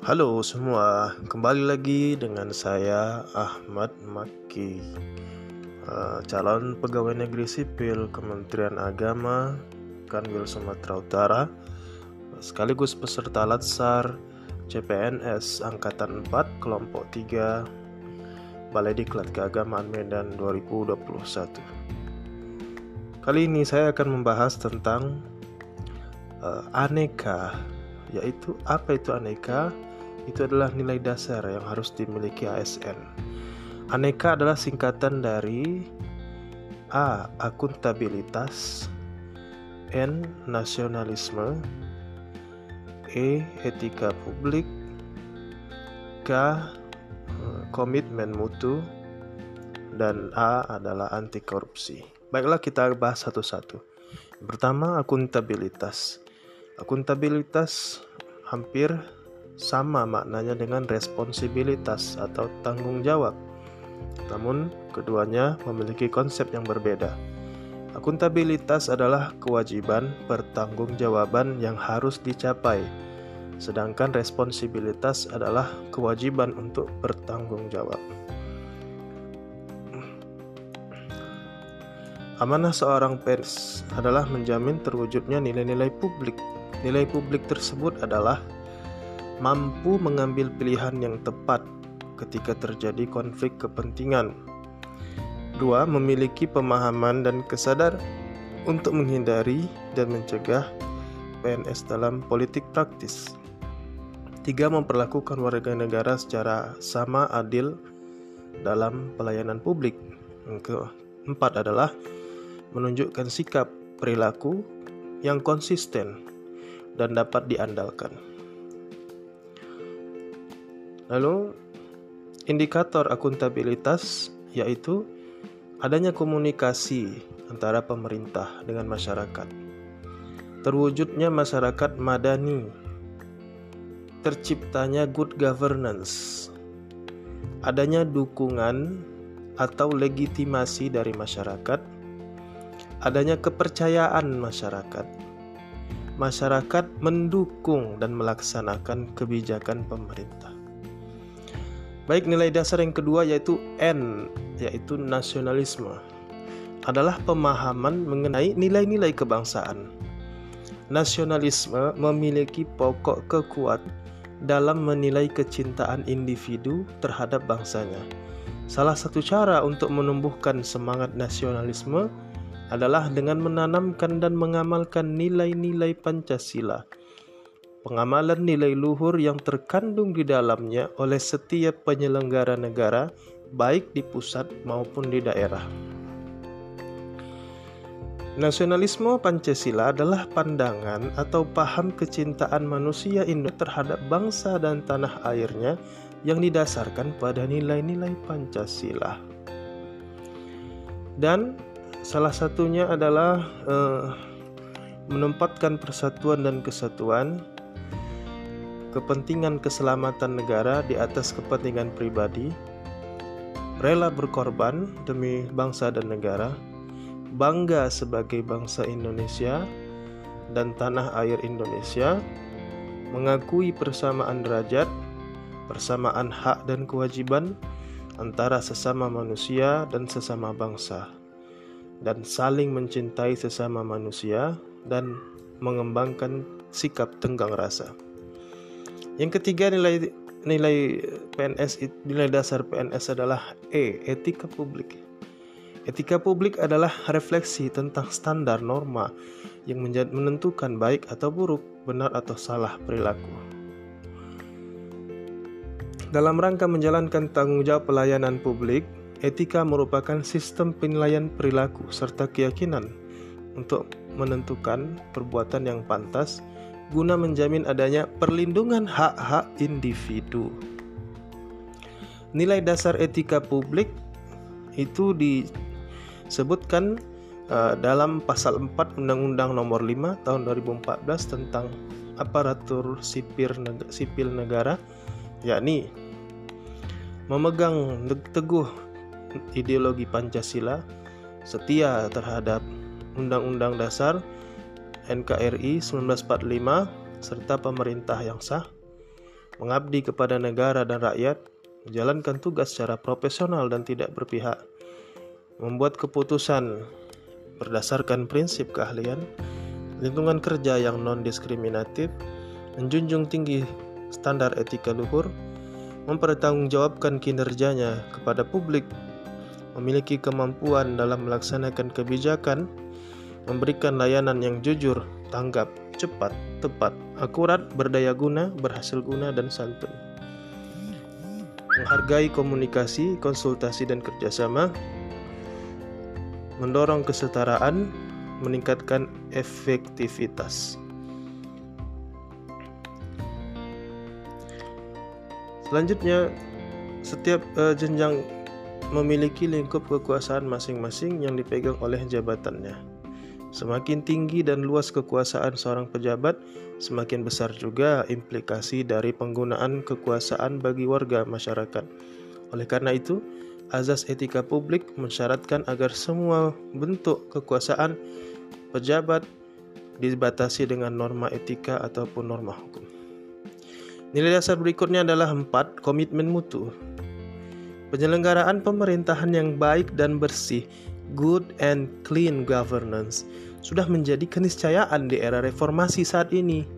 Halo semua, kembali lagi dengan saya Ahmad Maki, calon pegawai negeri sipil Kementerian Agama Kanwil Sumatera Utara, sekaligus peserta Latsar CPNS Angkatan 4 Kelompok 3 Balai Diklat Keagamaan Medan 2021. Kali ini saya akan membahas tentang aneka, yaitu apa itu aneka? Itu adalah nilai dasar yang harus dimiliki ASN. Aneka adalah singkatan dari A. Akuntabilitas, N. Nasionalisme, E. Etika publik, K. Komitmen mutu, dan A adalah anti korupsi. Baiklah, kita bahas satu-satu. Pertama, akuntabilitas. Akuntabilitas hampir sama maknanya dengan responsibilitas atau tanggung jawab. Namun, keduanya memiliki konsep yang berbeda. Akuntabilitas adalah kewajiban pertanggungjawaban yang harus dicapai, sedangkan responsibilitas adalah kewajiban untuk bertanggung jawab. Amanah seorang pers adalah menjamin terwujudnya nilai-nilai publik. Nilai publik tersebut adalah mampu mengambil pilihan yang tepat ketika terjadi konflik kepentingan. 2. Memiliki pemahaman dan kesadaran untuk menghindari dan mencegah PNS dalam politik praktis. 3. Memperlakukan warga negara secara sama adil dalam pelayanan publik. Yang keempat adalah menunjukkan sikap perilaku yang konsisten dan dapat diandalkan. Lalu, indikator akuntabilitas yaitu adanya komunikasi antara pemerintah dengan masyarakat, terwujudnya masyarakat madani, terciptanya good governance, adanya dukungan atau legitimasi dari masyarakat, adanya kepercayaan masyarakat, masyarakat mendukung dan melaksanakan kebijakan pemerintah. Baik, nilai dasar yang kedua yaitu N, yaitu nasionalisme, adalah pemahaman mengenai nilai-nilai kebangsaan. Nasionalisme memiliki pokok kekuatan dalam menilai kecintaan individu terhadap bangsanya. Salah satu cara untuk menumbuhkan semangat nasionalisme adalah dengan menanamkan dan mengamalkan nilai-nilai Pancasila. Pengamalan nilai luhur yang terkandung di dalamnya oleh setiap penyelenggara negara, baik di pusat maupun di daerah. Nasionalisme Pancasila adalah pandangan atau paham kecintaan manusia Indonesia terhadap bangsa dan tanah airnya yang didasarkan pada nilai-nilai Pancasila. Dan salah satunya adalah menempatkan persatuan dan kesatuan, kepentingan keselamatan negara di atas kepentingan pribadi, rela berkorban demi bangsa dan negara, bangga sebagai bangsa Indonesia dan tanah air Indonesia, mengakui persamaan derajat, persamaan hak dan kewajiban antara sesama manusia dan sesama bangsa, dan saling mencintai sesama manusia dan mengembangkan sikap tenggang rasa. Yang ketiga, nilai dasar PNS adalah E, etika publik. Etika publik adalah refleksi tentang standar norma yang menentukan baik atau buruk, benar atau salah perilaku. Dalam rangka menjalankan tanggung jawab pelayanan publik, etika merupakan sistem penilaian perilaku serta keyakinan untuk menentukan perbuatan yang pantas guna menjamin adanya perlindungan hak-hak individu. Nilai dasar etika publik itu disebutkan dalam pasal 4 Undang-Undang Nomor 5 Tahun 2014 tentang aparatur sipil negara, yakni memegang teguh ideologi Pancasila, setia terhadap Undang-Undang Dasar NKRI 1945 serta pemerintah yang sah, mengabdi kepada negara dan rakyat, menjalankan tugas secara profesional dan tidak berpihak, membuat keputusan berdasarkan prinsip keahlian, lingkungan kerja yang non-diskriminatif, menjunjung tinggi standar etika luhur, mempertanggungjawabkan kinerjanya kepada publik, memiliki kemampuan dalam melaksanakan kebijakan, memberikan layanan yang jujur, tanggap, cepat, tepat, akurat, berdaya guna, berhasil guna, dan santun. Menghargai komunikasi, konsultasi, dan kerjasama, mendorong kesetaraan, meningkatkan efektivitas. Selanjutnya, setiap jenjang memiliki lingkup kekuasaan masing-masing yang dipegang oleh jabatannya. Semakin tinggi dan luas kekuasaan seorang pejabat, semakin besar juga implikasi dari penggunaan kekuasaan bagi warga masyarakat. Oleh karena itu, azas etika publik mensyaratkan agar semua bentuk kekuasaan pejabat dibatasi dengan norma etika ataupun norma hukum. Nilai dasar berikutnya adalah 4. Komitmen mutu. Penyelenggaraan pemerintahan yang baik dan bersih, good and clean governance, sudah menjadi keniscayaan di era reformasi saat ini.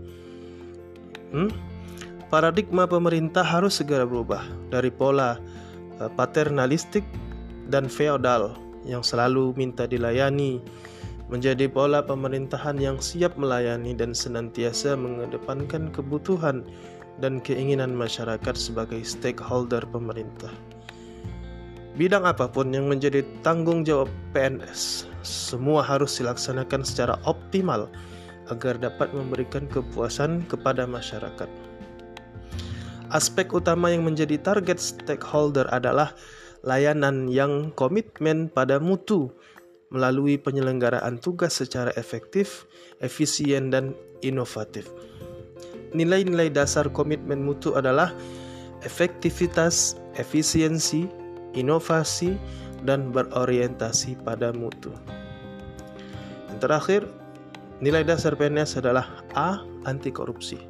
Paradigma pemerintah harus segera berubah dari pola paternalistik dan feodal yang selalu minta dilayani, menjadi pola pemerintahan yang siap melayani dan senantiasa mengedepankan kebutuhan dan keinginan masyarakat sebagai stakeholder pemerintah. Bidang apapun yang menjadi tanggung jawab PNS, semua harus dilaksanakan secara optimal agar dapat memberikan kepuasan kepada masyarakat. Aspek utama yang menjadi target stakeholder adalah layanan yang komitmen pada mutu melalui penyelenggaraan tugas secara efektif, efisien, dan inovatif. Nilai-nilai dasar komitmen mutu adalah efektivitas, efisiensi, inovasi, dan berorientasi pada mutu. Yang terakhir, nilai dasar PNS adalah A. Anti korupsi.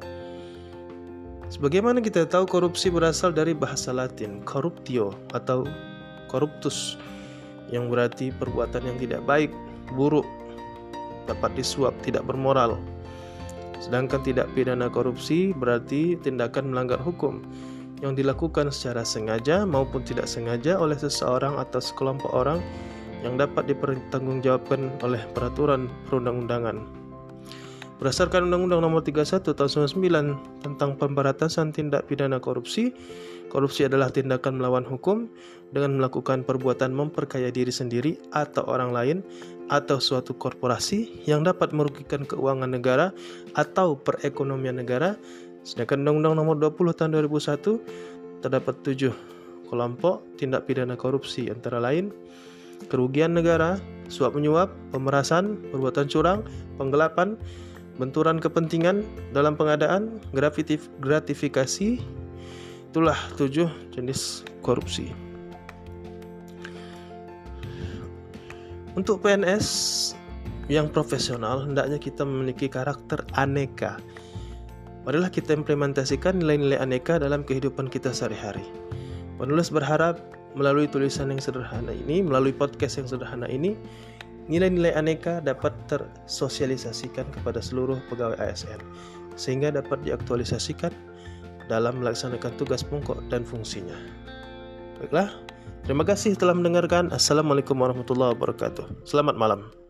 Sebagaimana kita tahu, korupsi berasal dari bahasa Latin corruptio atau corruptus, yang berarti perbuatan yang tidak baik, buruk, dapat disuap, tidak bermoral. Sedangkan tindak pidana korupsi berarti tindakan melanggar hukum yang dilakukan secara sengaja maupun tidak sengaja oleh seseorang atau sekelompok orang yang dapat dipertanggungjawabkan oleh peraturan perundang-undangan. Berdasarkan Undang-Undang Nomor 31 Tahun 1999 tentang pemberantasan tindak pidana korupsi, korupsi adalah tindakan melawan hukum dengan melakukan perbuatan memperkaya diri sendiri atau orang lain atau suatu korporasi yang dapat merugikan keuangan negara atau perekonomian negara. Sedangkan Undang-Undang Nomor 20 Tahun 2001 terdapat 7 kelompok tindak pidana korupsi, antara lain kerugian negara, suap menyuap, pemerasan, perbuatan curang, penggelapan, benturan kepentingan dalam pengadaan, gratifikasi. Itulah 7 jenis korupsi. Untuk PNS yang profesional, hendaknya kita memiliki karakter aneka. Marilah kita implementasikan nilai-nilai aneka dalam kehidupan kita sehari-hari. Penulis berharap melalui tulisan yang sederhana ini, melalui podcast yang sederhana ini, nilai-nilai aneka dapat tersosialisasikan kepada seluruh pegawai ASN, sehingga dapat diaktualisasikan dalam melaksanakan tugas pokok dan fungsinya. Baiklah, terima kasih telah mendengarkan. Assalamualaikum warahmatullahi wabarakatuh. Selamat malam.